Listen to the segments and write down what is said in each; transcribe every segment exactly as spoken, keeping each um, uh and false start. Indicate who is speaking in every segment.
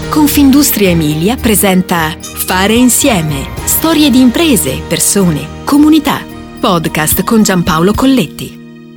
Speaker 1: Confindustria Emilia presenta Fare Insieme. Storie di imprese, persone, comunità. Podcast con Giampaolo Colletti.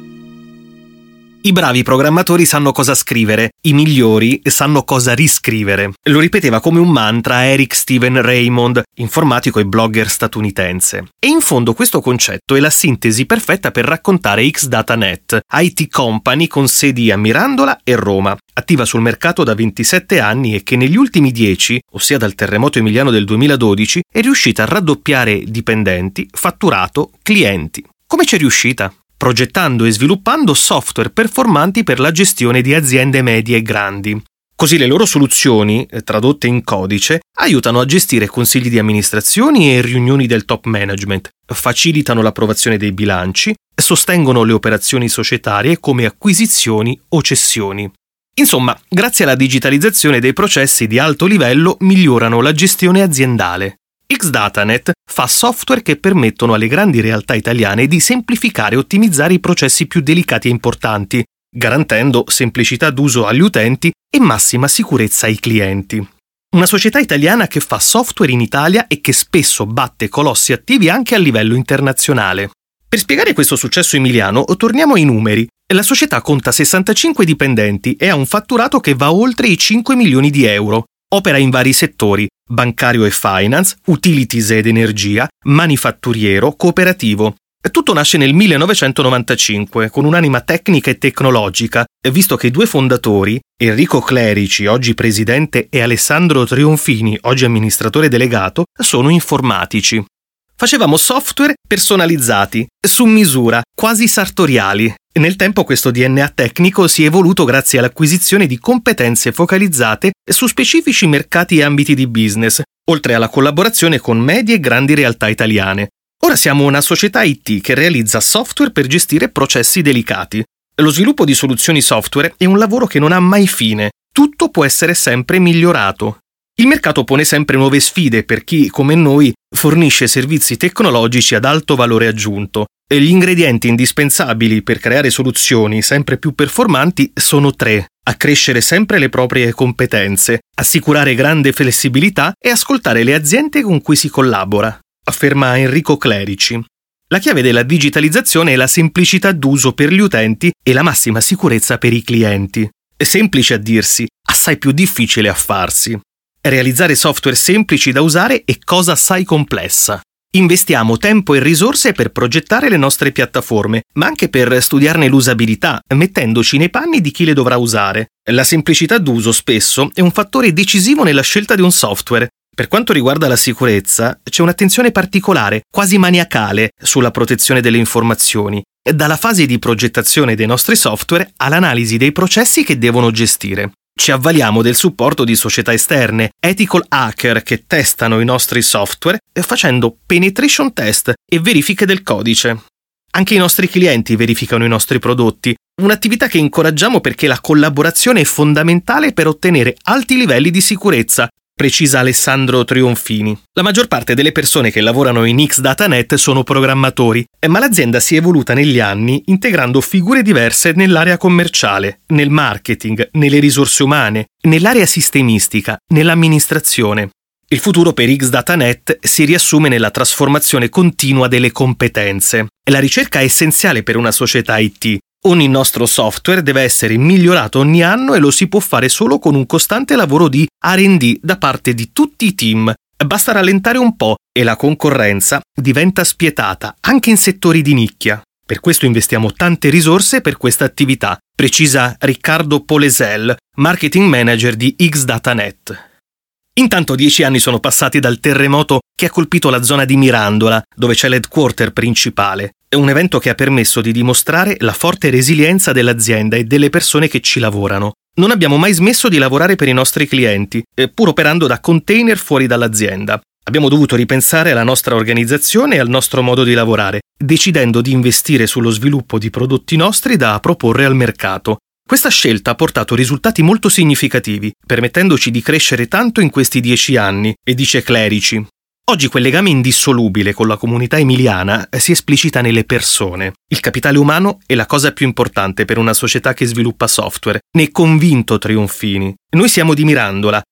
Speaker 2: I bravi programmatori sanno cosa scrivere, i migliori sanno cosa riscrivere. Lo ripeteva come un mantra Eric Steven Raymond, informatico e blogger statunitense. E in fondo questo concetto è la sintesi perfetta per raccontare Xdatanet, I T company con sedi a Mirandola e Roma, attiva sul mercato da ventisette anni e che negli ultimi dieci, ossia dal terremoto emiliano del duemiladodici, è riuscita a raddoppiare dipendenti, fatturato, clienti. Come c'è riuscita? Progettando e sviluppando software performanti per la gestione di aziende medie e grandi. Così le loro soluzioni, tradotte in codice, aiutano a gestire consigli di amministrazioni e riunioni del top management, facilitano l'approvazione dei bilanci, sostengono le operazioni societarie come acquisizioni o cessioni. Insomma, grazie alla digitalizzazione dei processi di alto livello migliorano la gestione aziendale. Xdatanet fa software che permettono alle grandi realtà italiane di semplificare e ottimizzare i processi più delicati e importanti, garantendo semplicità d'uso agli utenti e massima sicurezza ai clienti. Una società italiana che fa software in Italia e che spesso batte colossi attivi anche a livello internazionale. Per spiegare questo successo emiliano, torniamo ai numeri. La società conta sessantacinque dipendenti e ha un fatturato che va oltre i cinque milioni di euro. Opera in vari settori, bancario e finance, utilities ed energia, manifatturiero, cooperativo. Tutto nasce nel millenovecentonovantacinque, con un'anima tecnica e tecnologica, visto che i due fondatori, Enrico Clerici, oggi presidente, e Alessandro Trionfini, oggi amministratore delegato, sono informatici. Facevamo software personalizzati, su misura, quasi sartoriali. Nel tempo questo D N A tecnico si è evoluto grazie all'acquisizione di competenze focalizzate su specifici mercati e ambiti di business, oltre alla collaborazione con medie e grandi realtà italiane. Ora siamo una società I T che realizza software per gestire processi delicati. Lo sviluppo di soluzioni software è un lavoro che non ha mai fine. Tutto può essere sempre migliorato. Il mercato pone sempre nuove sfide per chi, come noi, fornisce servizi tecnologici ad alto valore aggiunto. E gli ingredienti indispensabili per creare soluzioni sempre più performanti sono tre: accrescere sempre le proprie competenze, assicurare grande flessibilità e ascoltare le aziende con cui si collabora, afferma Enrico Clerici. La chiave della digitalizzazione è la semplicità d'uso per gli utenti e la massima sicurezza per i clienti. È semplice a dirsi, assai più difficile a farsi. Realizzare software semplici da usare è cosa assai complessa. Investiamo tempo e risorse per progettare le nostre piattaforme, ma anche per studiarne l'usabilità, mettendoci nei panni di chi le dovrà usare. La semplicità d'uso spesso è un fattore decisivo nella scelta di un software. Per quanto riguarda la sicurezza, c'è un'attenzione particolare, quasi maniacale, sulla protezione delle informazioni, dalla fase di progettazione dei nostri software all'analisi dei processi che devono gestire. Ci avvaliamo del supporto di società esterne, ethical hacker che testano i nostri software facendo penetration test e verifiche del codice. Anche i nostri clienti verificano i nostri prodotti, un'attività che incoraggiamo perché la collaborazione è fondamentale per ottenere alti livelli di sicurezza, precisa Alessandro Trionfini. La maggior parte delle persone che lavorano in Xdatanet sono programmatori, ma l'azienda si è evoluta negli anni integrando figure diverse nell'area commerciale, nel marketing, nelle risorse umane, nell'area sistemistica, nell'amministrazione. Il futuro per Xdatanet si riassume nella trasformazione continua delle competenze. La ricerca è essenziale per una società I T. Ogni nostro software deve essere migliorato ogni anno e lo si può fare solo con un costante lavoro di R and D da parte di tutti i team. Basta rallentare un po' e la concorrenza diventa spietata, anche in settori di nicchia. Per questo investiamo tante risorse per questa attività, precisa Riccardo Polesel, marketing manager di Xdatanet. Intanto dieci anni sono passati dal terremoto che ha colpito la zona di Mirandola, dove c'è l'headquarter principale. È un evento che ha permesso di dimostrare la forte resilienza dell'azienda e delle persone che ci lavorano. Non abbiamo mai smesso di lavorare per i nostri clienti, pur operando da container fuori dall'azienda. Abbiamo dovuto ripensare alla nostra organizzazione e al nostro modo di lavorare, decidendo di investire sullo sviluppo di prodotti nostri da proporre al mercato. Questa scelta ha portato risultati molto significativi, permettendoci di crescere tanto in questi dieci anni, e dice Clerici. Oggi quel legame indissolubile con la comunità emiliana si esplicita nelle persone. Il capitale umano è la cosa più importante per una società che sviluppa software. Ne è convinto Trionfini. Noi siamo di Mirandola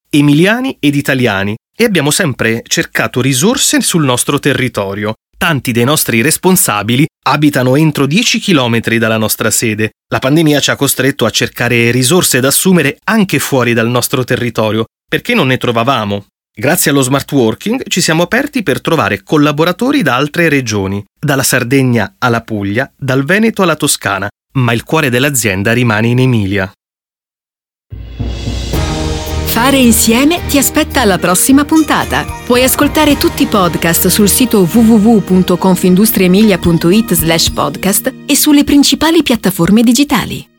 Speaker 2: emiliani ed italiani, e abbiamo sempre cercato risorse sul nostro territorio. Tanti dei nostri responsabili abitano entro dieci chilometri dalla nostra sede. La pandemia ci ha costretto a cercare risorse da assumere anche fuori dal nostro territorio, perché non ne trovavamo. Grazie allo smart working ci siamo aperti per trovare collaboratori da altre regioni, dalla Sardegna alla Puglia, dal Veneto alla Toscana, ma il cuore dell'azienda rimane in Emilia.
Speaker 1: Fare insieme ti aspetta alla prossima puntata. Puoi ascoltare tutti i podcast sul sito w w w punto confindustriemilia punto it slash podcast e sulle principali piattaforme digitali.